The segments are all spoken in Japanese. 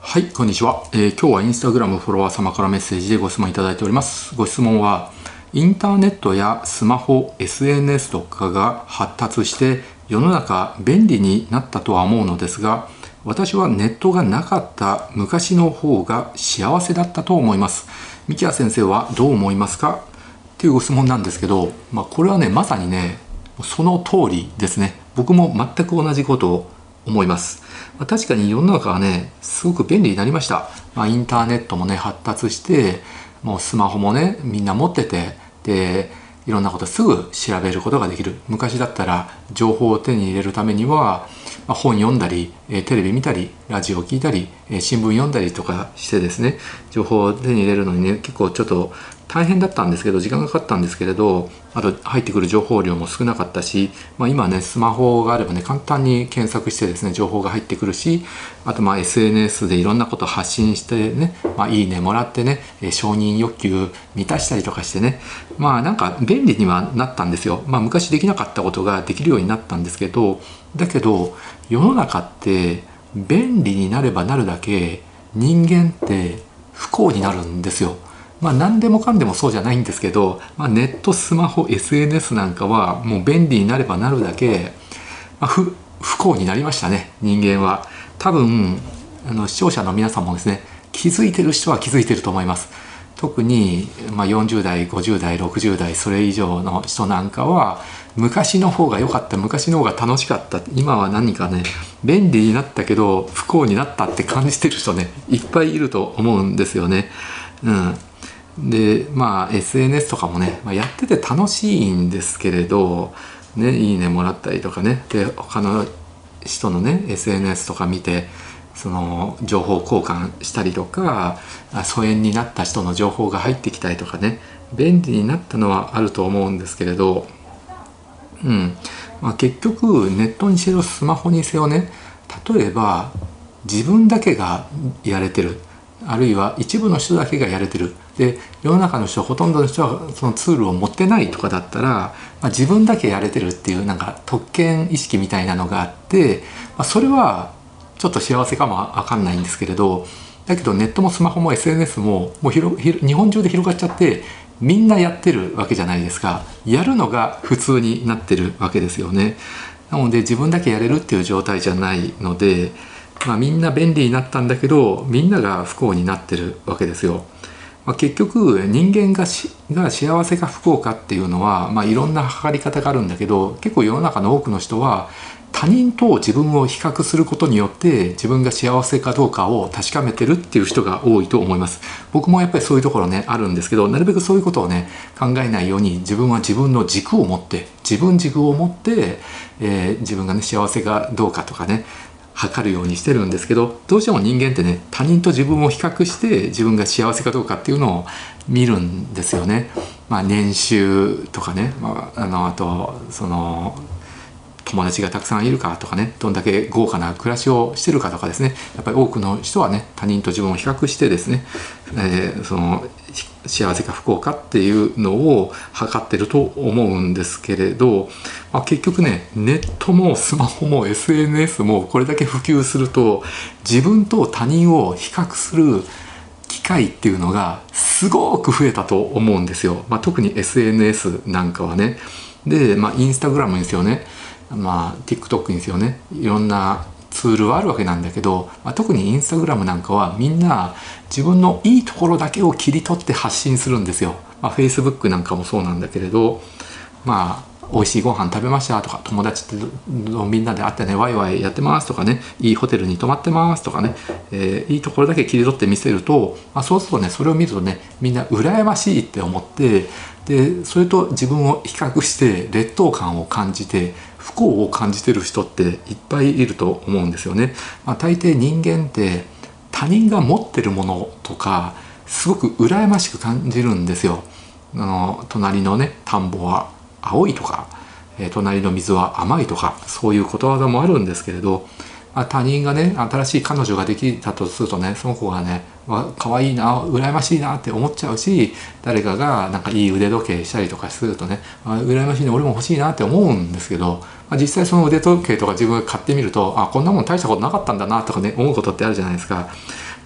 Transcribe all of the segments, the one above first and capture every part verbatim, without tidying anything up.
はい、こんにちは、えー今日はインスタグラムフォロワー様からメッセージでご質問いただいております。ご質問は、インターネットやスマホ、エスエヌエス とかが発達して世の中便利になったとは思うのですが、私はネットがなかった昔の方が幸せだったと思います。三木谷先生はどう思いますかっていうご質問なんですけど、まあ、これはねまさにねその通りですね。僕も全く同じことを思います。まあ確かに世の中はねすごく便利になりました。まあ、インターネットもね発達して、もうスマホもねみんな持ってて、でいろんなことすぐ調べることができる。昔だったら情報を手に入れるためには、まあ、本読んだり、えーテレビ見たり、ラジオ聞いたり、えー新聞読んだりとかしてですね、情報を手に入れるのにね結構ちょっと大変だったんですけど、時間がかかったんですけれど、あと入ってくる情報量も少なかったし、まあ、今ねスマホがあればね簡単に検索してですね情報が入ってくるし、あとまあ エスエヌエス でいろんなことを発信してね、まあ、いいねもらってね、えー承認欲求満たしたりとかしてね、まあなんか便利にはなったんですよ。まあ昔できなかったことができるようになったんですけど、だけど世の中って便利になればなるだけ人間って不幸になるんですよ。まあ何でもかんでもそうじゃないんですけど、まあ、ネット、スマホ、エスエヌエス なんかはもう便利になればなるだけ、まあ、不不幸になりましたね、人間は。多分あの視聴者の皆さんもですね、気づいてる人は気づいてると思います。特に、まあ、よんじゅう代、ごじゅう代、ろくじゅう代それ以上の人なんかは昔の方が良かった、昔の方が楽しかった、今は何かね便利になったけど不幸になったって感じてる人ねいっぱいいると思うんですよね。うんでまあ エスエヌエス とかもね、まあ、やってて楽しいんですけれど、ね、いいねもらったりとかね、で他の人のね エスエヌエス とか見てその情報交換したりとか、あ疎遠になった人の情報が入ってきたりとかね、便利になったのはあると思うんですけれど、うんまあ、結局ネットにせよスマホにせよね、例えば自分だけがやれてる、あるいは一部の人だけがやれてる、で世の中の人ほとんどの人はそのツールを持ってないとかだったら、まあ、自分だけやれてるっていうなんか特権意識みたいなのがあって、まあ、それはちょっと幸せかもわかんないんですけれど、だけどネットもスマホも エスエヌエス ももう広広日本中で広がっちゃってみんなやってるわけじゃないですか。やるのが普通になってるわけですよね。なので自分だけやれるっていう状態じゃないので、まあ、みんな便利になったんだけどみんなが不幸になってるわけですよ。まあ、結局人間がしが幸せか不幸かっていうのは、まあ、いろんな測り方があるんだけど、結構世の中の多くの人は他人と自分を比較することによって自分が幸せかどうかを確かめてるっていう人が多いと思います。僕もやっぱりそういうところねあるんですけど、なるべくそういうことをね考えないように、自分は自分の軸を持って自分軸を持って、えー自分がね幸せかどうかとかね測るようにしてるんですけど、どうしても人間ってね他人と自分を比較して自分が幸せかどうかっていうのを見るんですよね。まあ、年収とかね、まあ、あのあとその友達がたくさんいるかとかね、どんだけ豪華な暮らしをしてるかとかですね、やっぱり多くの人はね他人と自分を比較してですね、えーその幸せか不幸かっていうのを測ってると思うんですけれど、まあ、結局ねネットもスマホも エスエヌエス もこれだけ普及すると自分と他人を比較する機会っていうのがすごく増えたと思うんですよ。まあ、特に エスエヌエス なんかはね。で、まあ、インスタグラムですよね。まあ、TikTok ですよね。いろんなツールはあるわけなんだけど、まあ、特にインスタグラムなんかはみんな自分のいいところだけを切り取って発信するんですよ。まあ、Facebook なんかもそうなんだけれど、まあ美味しいご飯食べましたとか、友達とみんなで会ってねワイワイやってますとかね、いいホテルに泊まってますとかね、えーいいところだけ切り取って見せると、まあ、そうするとねそれを見るとねみんな羨ましいって思って、でそれと自分を比較して劣等感を感じて不幸を感じてる人っていっぱいいると思うんですよね。まあ、大抵人間って他人が持ってるものとかすごく羨ましく感じるんですよ。あの隣のね田んぼは青いとか、えー隣の水は甘いとか、そういうことわざもあるんですけれど、まあ、他人がね新しい彼女ができたとするとね、その子がねわ可愛いな羨ましいなって思っちゃうし、誰かがなんかいい腕時計したりとかするとね、あ羨ましいね俺も欲しいなって思うんですけど、まあ、実際その腕時計とか自分が買ってみると、あこんなもん大したことなかったんだなとかね思うことってあるじゃないですか。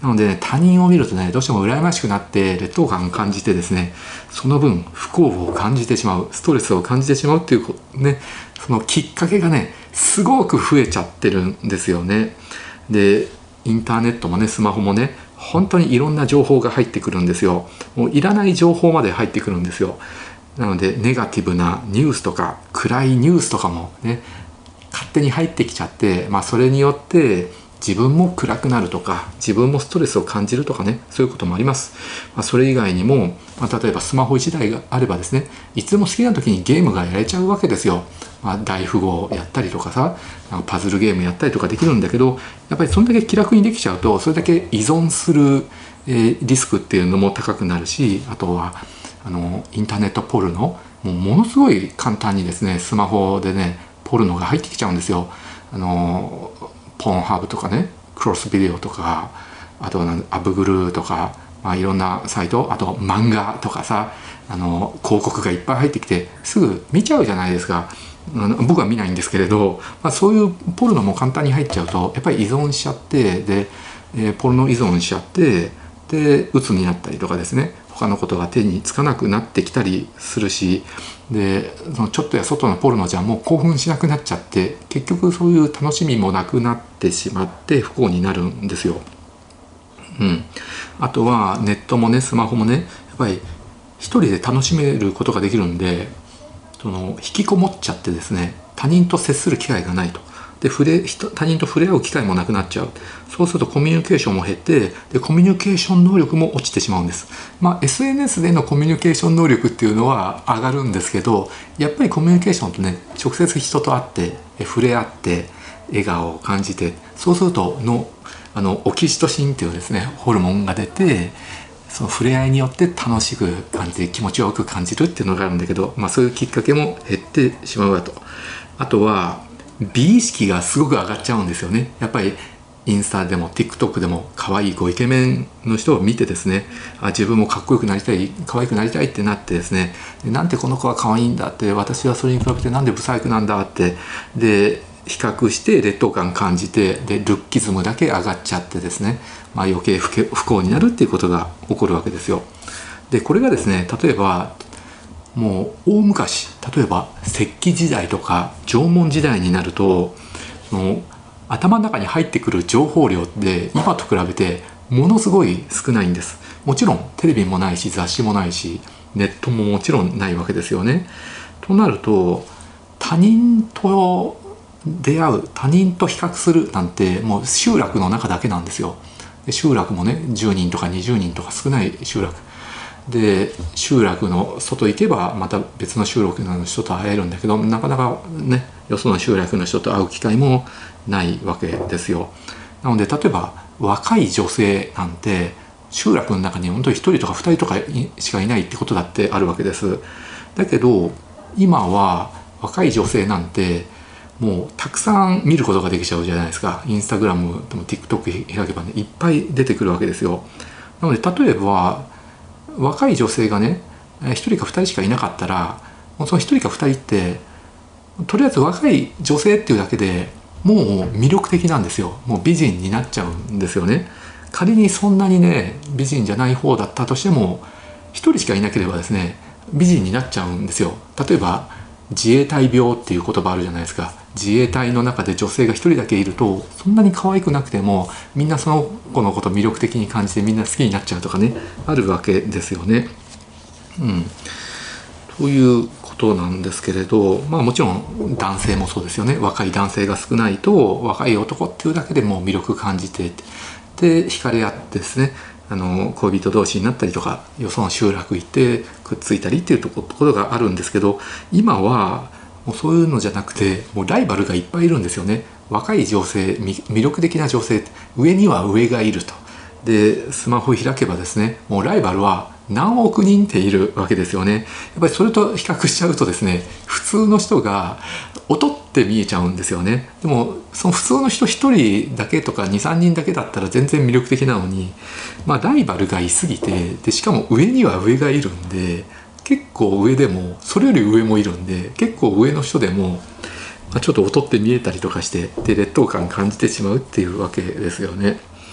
なので、ね、他人を見るとね、どうしても羨ましくなって劣等感を感じてですね、その分不幸を感じてしまう、ストレスを感じてしまうっていうね、そのきっかけがね、すごく増えちゃってるんですよね。で、インターネットもね、スマホもね、本当にいろんな情報が入ってくるんですよ。もういらない情報まで入ってくるんですよ。なのでネガティブなニュースとか暗いニュースとかもね、勝手に入ってきちゃって、まあ、それによって自分も暗くなるとか自分もストレスを感じるとかね、そういうこともあります。まあ、それ以外にも、まあ、例えばスマホいちだいがあればですね、いつでも好きな時にゲームがやれちゃうわけですよ。まあ、大富豪やったりとかさ、パズルゲームやったりとかできるんだけど、やっぱりそんだけ気楽にできちゃうと、それだけ依存する、えー、リスクっていうのも高くなるし、あとはあのインターネットポルノもうものすごい簡単にですね、スマホでねポルノが入ってきちゃうんですよ。あのポーンハブとかね、クロスビデオとか、あとはアブグルとか、まあ、いろんなサイト、あと漫画とかさ、あの広告がいっぱい入ってきてすぐ見ちゃうじゃないですか。僕は見ないんですけれど、まあ、そういうポルノも簡単に入っちゃうとやっぱり依存しちゃって、で、えー、ポルノ依存しちゃって、で鬱になったりとかですね、他のことが手につかなくなってきたりするし、でそのちょっとや外のポルノじゃもう興奮しなくなっちゃって、結局そういう楽しみもなくなってしまって不幸になるんですよ。うん、あとはネットもねスマホもね、やっぱり一人で楽しめることができるんで、その引きこもっちゃってですね、他人と接する機会がないと。で触れ他人と触れ合う機会もなくなっちゃう。そうするとコミュニケーションも減って、でコミュニケーション能力も落ちてしまうんです。まあ エスエヌエス でのコミュニケーション能力っていうのは上がるんですけど、やっぱりコミュニケーションとね、直接人と会って触れ合って笑顔を感じて、そうするとのあのオキシトシンっていうですねホルモンが出て、その触れ合いによって楽しく感じて気持ちよく感じるっていうのがあるんだけど、まあ、そういうきっかけも減ってしまうわと。あとは美意識がすごく上がっちゃうんですよね。やっぱりインスタでも TikTok でも可愛いごイケメンの人を見てですね、あ自分もかっこよくなりたい、可愛くなりたいってなってですね、なんてこの子は可愛いんだって、私はそれに比べてなんでブサイクなんだって、で比較して劣等感感じて、でルッキズムだけ上がっちゃってですね、まあ、余計不幸になるっていうことが起こるわけですよ。でこれがですね、例えばもう大昔、例えば石器時代とか縄文時代になると、その頭の中に入ってくる情報量って今と比べてものすごい少ないんです。もちろんテレビもないし雑誌もないしネットももちろんないわけですよね。となると他人と出会う、他人と比較するなんてもう集落の中だけなんですよ。で集落もねじゅうにんとかにじゅうにんとか少ない集落で、集落の外行けばまた別の集落の人と会えるんだけど、なかなかねよその集落の人と会う機会もないわけですよ。なので例えば若い女性なんて集落の中に本当にひとりとかふたりとかしかいないってことだってあるわけです。だけど今は若い女性なんてもうたくさん見ることができちゃうじゃないですか。インスタグラムでも TikTok 開けばねいっぱい出てくるわけですよ。なので例えば若い女性がねひとりかふたりしかいなかったら、もうそのひとりかふたりってとりあえず若い女性っていうだけでもう魅力的なんですよ。もう美人になっちゃうんですよね。仮にそんなにね美人じゃない方だったとしてもひとりしかいなければですね美人になっちゃうんですよ。例えば自衛隊病っていう言葉あるじゃないですか。自衛隊の中で女性が一人だけいるとそんなに可愛くなくてもみんなその子のこと魅力的に感じてみんな好きになっちゃうとかね、あるわけですよね。うん、ということなんですけれど、まあもちろん男性もそうですよね。若い男性が少ないと若い男っていうだけでもう魅力感じて、で惹かれ合ってですね、あの恋人同士になったりとか、よその集落行ってくっついたりっていうところがあるんですけど、今はもうそういうのじゃなくてもうライバルがいっぱいいるんですよね。若い女性、魅力的な女性、上には上がいると。でスマホを開けばですね、もうライバルは何億人っているわけですよね。やっぱりそれと比較しちゃうとですね、普通の人が劣って見えちゃうんですよね。でもその普通の人ひとりだけとかにさんにんだけだったら全然魅力的なのに、まあ、ライバルがいすぎて、でしかも上には上がいるんで、結構上でもそれより上もいるんで、結構上の人でも、まあ、ちょっと劣って見えたりとかして、で劣等感感じてしまうっていうわけですよね。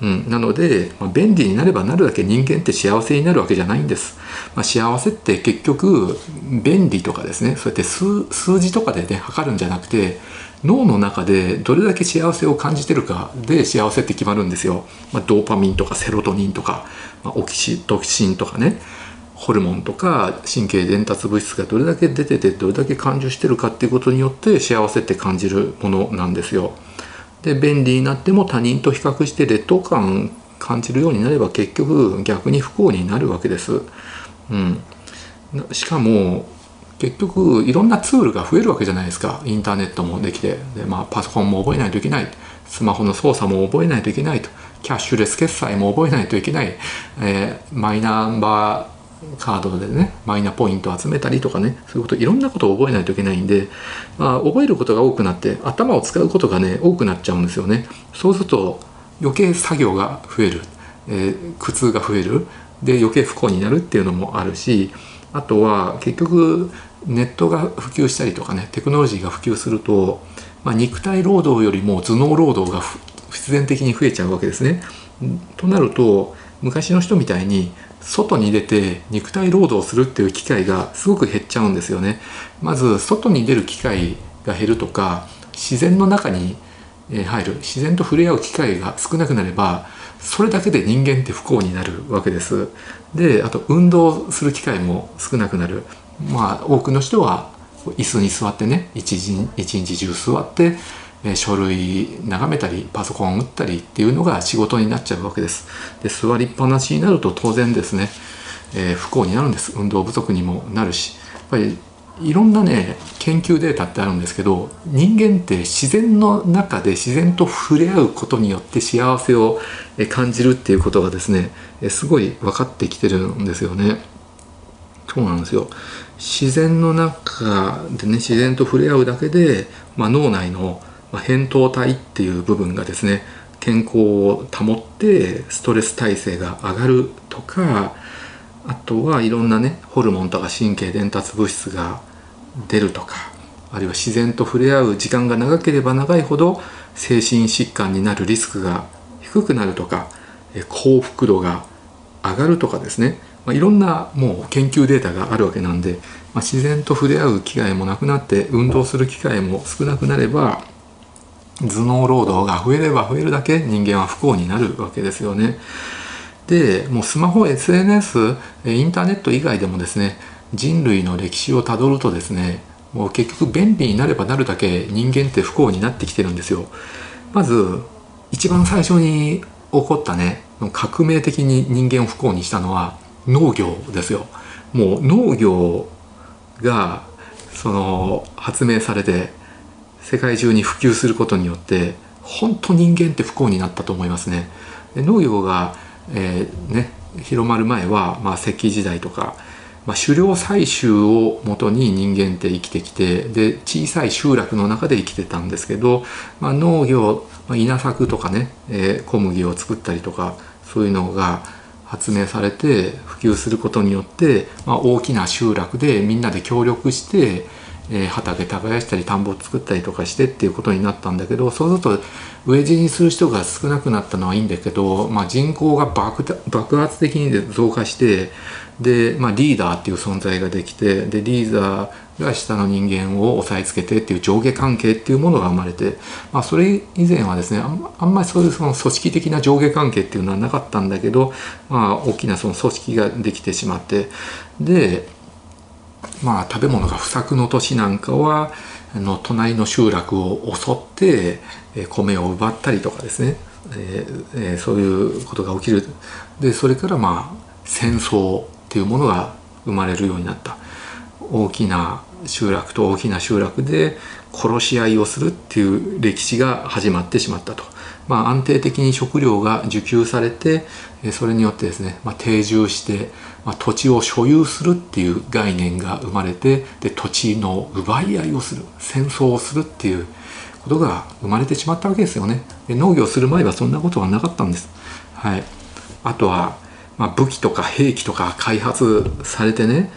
うん、なので、まあ、便利になればなるだけ人間って幸せになるわけじゃないんです。まあ、幸せって結局便利とかですね、そうやって 数, 数字とかでね測るんじゃなくて、脳の中でどれだけ幸せを感じてるかで幸せって決まるんですよ。まあ、ドーパミンとかセロトニンとか、まあ、オキシトシンとかね、ホルモンとか神経伝達物質がどれだけ出ててどれだけ感受してるかっていうことによって幸せって感じるものなんですよ。で便利になっても他人と比較して劣等感感じるようになれば結局逆に不幸になるわけです。うん、しかも結局いろんなツールが増えるわけじゃないですか。インターネットもできて、で、まあ、パソコンも覚えないといけない、スマホの操作も覚えないといけないと、キャッシュレス決済も覚えないといけない、えー、マイナンバーカードでねマイナポイントを集めたりとかね、そういうこといろんなことを覚えないといけないんで、まあ、覚えることが多くなって頭を使うことがね多くなっちゃうんですよね。そうすると余計作業が増える、えー、苦痛が増える、で余計不幸になるっていうのもあるし、あとは結局ネットが普及したりとかね、テクノロジーが普及すると、まあ、肉体労働よりも頭脳労働が必然的に増えちゃうわけですね。となると昔の人みたいに外に出て肉体労働するっていう機会がすごく減っちゃうんですよね。まず外に出る機会が減るとか、自然の中に入る、自然と触れ合う機会が少なくなれば、それだけで人間って不幸になるわけです。であと運動する機会も少なくなる。まあ多くの人は椅子に座ってね一日一日中座って書類眺めたりパソコン打ったりっていうのが仕事になっちゃうわけです。で座りっぱなしになると当然ですね、えー、不幸になるんです。運動不足にもなるし、やっぱりいろんなね研究データってあるんですけど、人間って自然の中で自然と触れ合うことによって幸せを感じるっていうことがですねすごい分かってきてるんですよね。そうなんですよ。自然の中でね自然と触れ合うだけで、まあ、脳内の扁桃体っていう部分がですね健康を保ってストレス耐性が上がるとか、あとはいろんなねホルモンとか神経伝達物質が出るとか、あるいは自然と触れ合う時間が長ければ長いほど精神疾患になるリスクが低くなるとか、幸福度が上がるとかですね、まあ、いろんなもう研究データがあるわけなんで、まあ、自然と触れ合う機会もなくなって運動する機会も少なくなれば、頭脳労働が増えれば増えるだけ人間は不幸になるわけですよね。でもうスマホ エスエヌエス インターネット以外でもですね、人類の歴史をたどるとですね、もう結局便利になればなるだけ人間って不幸になってきてるんですよ。まず一番最初に起こったね革命的に人間を不幸にしたのは農業ですよ。もう農業がその発明されて世界中に普及することによって本当人間って不幸になったと思いますね。で農業が、えーね、広まる前は、まあ、石器時代とか、まあ、狩猟採集をもとに人間って生きてきて、で小さい集落の中で生きてたんですけど、まあ、農業、まあ、稲作とかね、えー、小麦を作ったりとかそういうのが発明されて普及することによって、まあ、大きな集落でみんなで協力して、えー、畑耕したり田んぼを作ったりとかしてっていうことになったんだけど、そうすると飢え死にする人が少なくなったのはいいんだけど、まあ、人口が 爆, 爆発的に増加して、で、まあ、リーダーっていう存在ができて、でリーダーが下の人間を押さえつけてっていう上下関係っていうものが生まれて、まあ、それ以前はですねあん ま, あんまりそういうその組織的な上下関係っていうのはなかったんだけど、まあ、大きなその組織ができてしまって、でまあ食べ物が不作の年なんかはあの隣の集落を襲って米を奪ったりとかですね、えーえー、そういうことが起きる。でそれからまあ戦争っていうものが生まれるようになった。大きな集落と大きな集落で殺し合いをするっていう歴史が始まってしまったと。まあ、安定的に食料が受給されて、それによってですね、まあ、定住して、まあ、土地を所有するっていう概念が生まれて、で土地の奪い合いをする、戦争をするっていうことが生まれてしまったわけですよね。で農業する前はそんなことはなかったんです。はい、あとは、まあ、武器とか兵器とか開発されてね、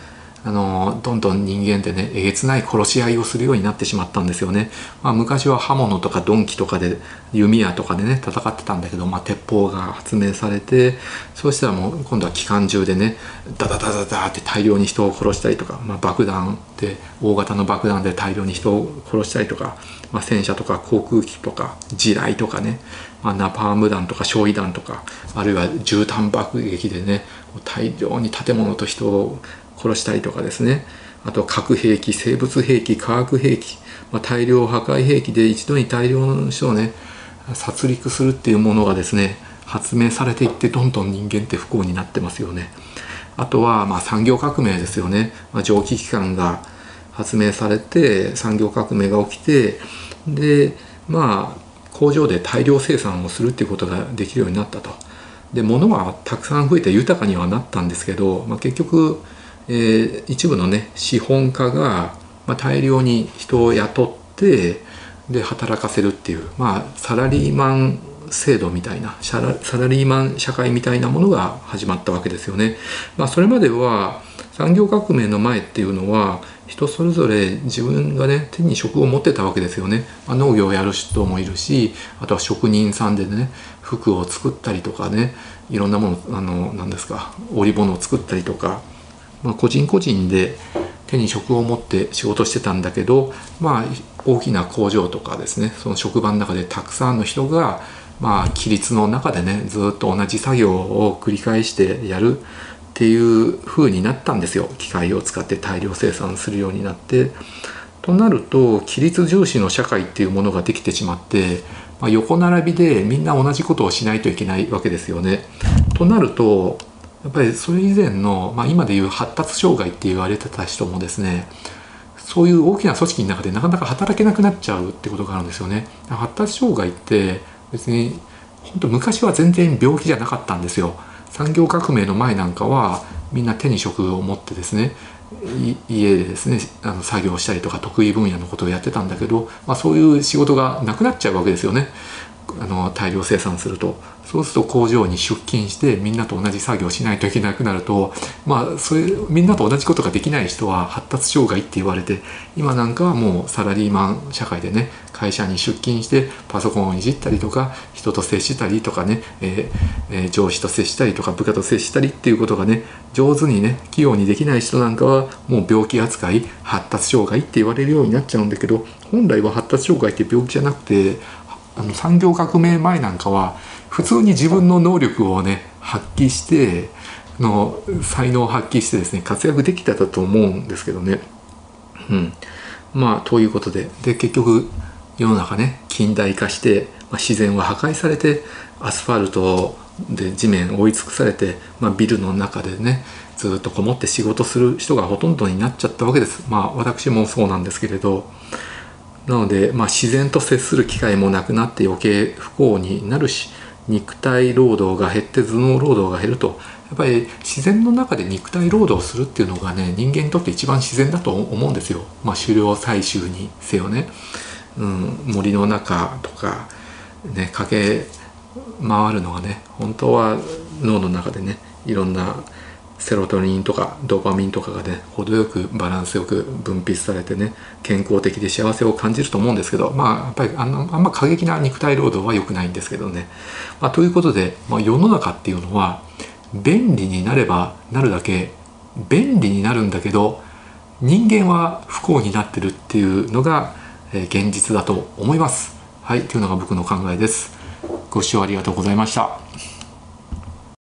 あのどんどん人間ってねえげつない殺し合いをするようになってしまったんですよね。まあ、昔は刃物とか鈍器とかで弓矢とかでね戦ってたんだけど、まあ、鉄砲が発明されて、そうしたらもう今度は機関銃でねダダダダダって大量に人を殺したりとか、まあ、爆弾で大型の爆弾で大量に人を殺したりとか、まあ、戦車とか航空機とか地雷とかね、まあ、ナパーム弾とか焼夷弾とか、あるいは絨毯爆撃でね大量に建物と人を殺したりとかですね、あと核兵器、生物兵器、化学兵器、まあ、大量破壊兵器で一度に大量の人をね殺戮するっていうものがですね発明されていって、どんどん人間って不幸になってますよね。あとはまあ産業革命ですよね。まあ、蒸気機関が発明されて産業革命が起きて、でまあ工場で大量生産をするっていうことができるようになったと。で物はたくさん増えて豊かにはなったんですけど、まあ、結局えー、一部のね資本家が、まあ、大量に人を雇ってで働かせるっていう、まあ、サラリーマン制度みたいなサラ、サラリーマン社会みたいなものが始まったわけですよね。まあ、それまでは産業革命の前っていうのは人それぞれ自分がね手に職を持ってたわけですよね。まあ、農業をやる人もいるし、あとは職人さんでね服を作ったりとかね、いろんなものあの何ですか織物を作ったりとか。まあ、個人個人で手に職を持って仕事してたんだけど、まあ、大きな工場とかですねその職場の中でたくさんの人が、まあ、規律の中でねずっと同じ作業を繰り返してやるっていう風になったんですよ。機械を使って大量生産するようになって。となると規律重視の社会っていうものができてしまって、まあ、横並びでみんな同じことをしないといけないわけですよね。となるとやっぱりそれ以前の、まあ、今でいう発達障害って言われてた人もですね、そういう大きな組織の中でなかなか働けなくなっちゃうってことがあるんですよね。発達障害って別に本当昔は全然病気じゃなかったんですよ。産業革命の前なんかはみんな手に職を持ってですね家でですねあの作業したりとか得意分野のことをやってたんだけど、まあ、そういう仕事がなくなっちゃうわけですよね。あの大量生産すると。そうすると工場に出勤してみんなと同じ作業をしないといけなくなると、まあそれみんなと同じことができない人は発達障害って言われて、今なんかはもうサラリーマン社会でね会社に出勤してパソコンをいじったりとか人と接したりとかね、えーえー、上司と接したりとか部下と接したりっていうことがね上手にね器用にできない人なんかはもう病気扱い発達障害って言われるようになっちゃうんだけど、本来は発達障害って病気じゃなくて、あの産業革命前なんかは普通に自分の能力をね発揮しての才能を発揮してですね活躍できてたと思うんですけどね。うん、まあということでで結局世の中ね近代化して、まあ、自然は破壊されてアスファルトで地面覆い尽くされて、まあ、ビルの中でねずっとこもって仕事する人がほとんどになっちゃったわけです。まあ私もそうなんですけれど。なので、まあ、自然と接する機会もなくなって余計不幸になるし、肉体労働が減って頭脳労働が減ると、やっぱり自然の中で肉体労働をするっていうのがね人間にとって一番自然だと思うんですよ。まあ、狩猟採集にせよね、うん、森の中とかね駆け回るのがね本当は脳の中でねいろんなセロトニンとかドーパミンとかがね程よくバランスよく分泌されてね健康的で幸せを感じると思うんですけど、まあやっぱりあのあんま過激な肉体労働は良くないんですけどね。まあ、ということで、まあ、世の中っていうのは便利になればなるだけ便利になるんだけど人間は不幸になってるっていうのが、えー、現実だと思います。はい、というのが僕の考えです。ご視聴ありがとうございました。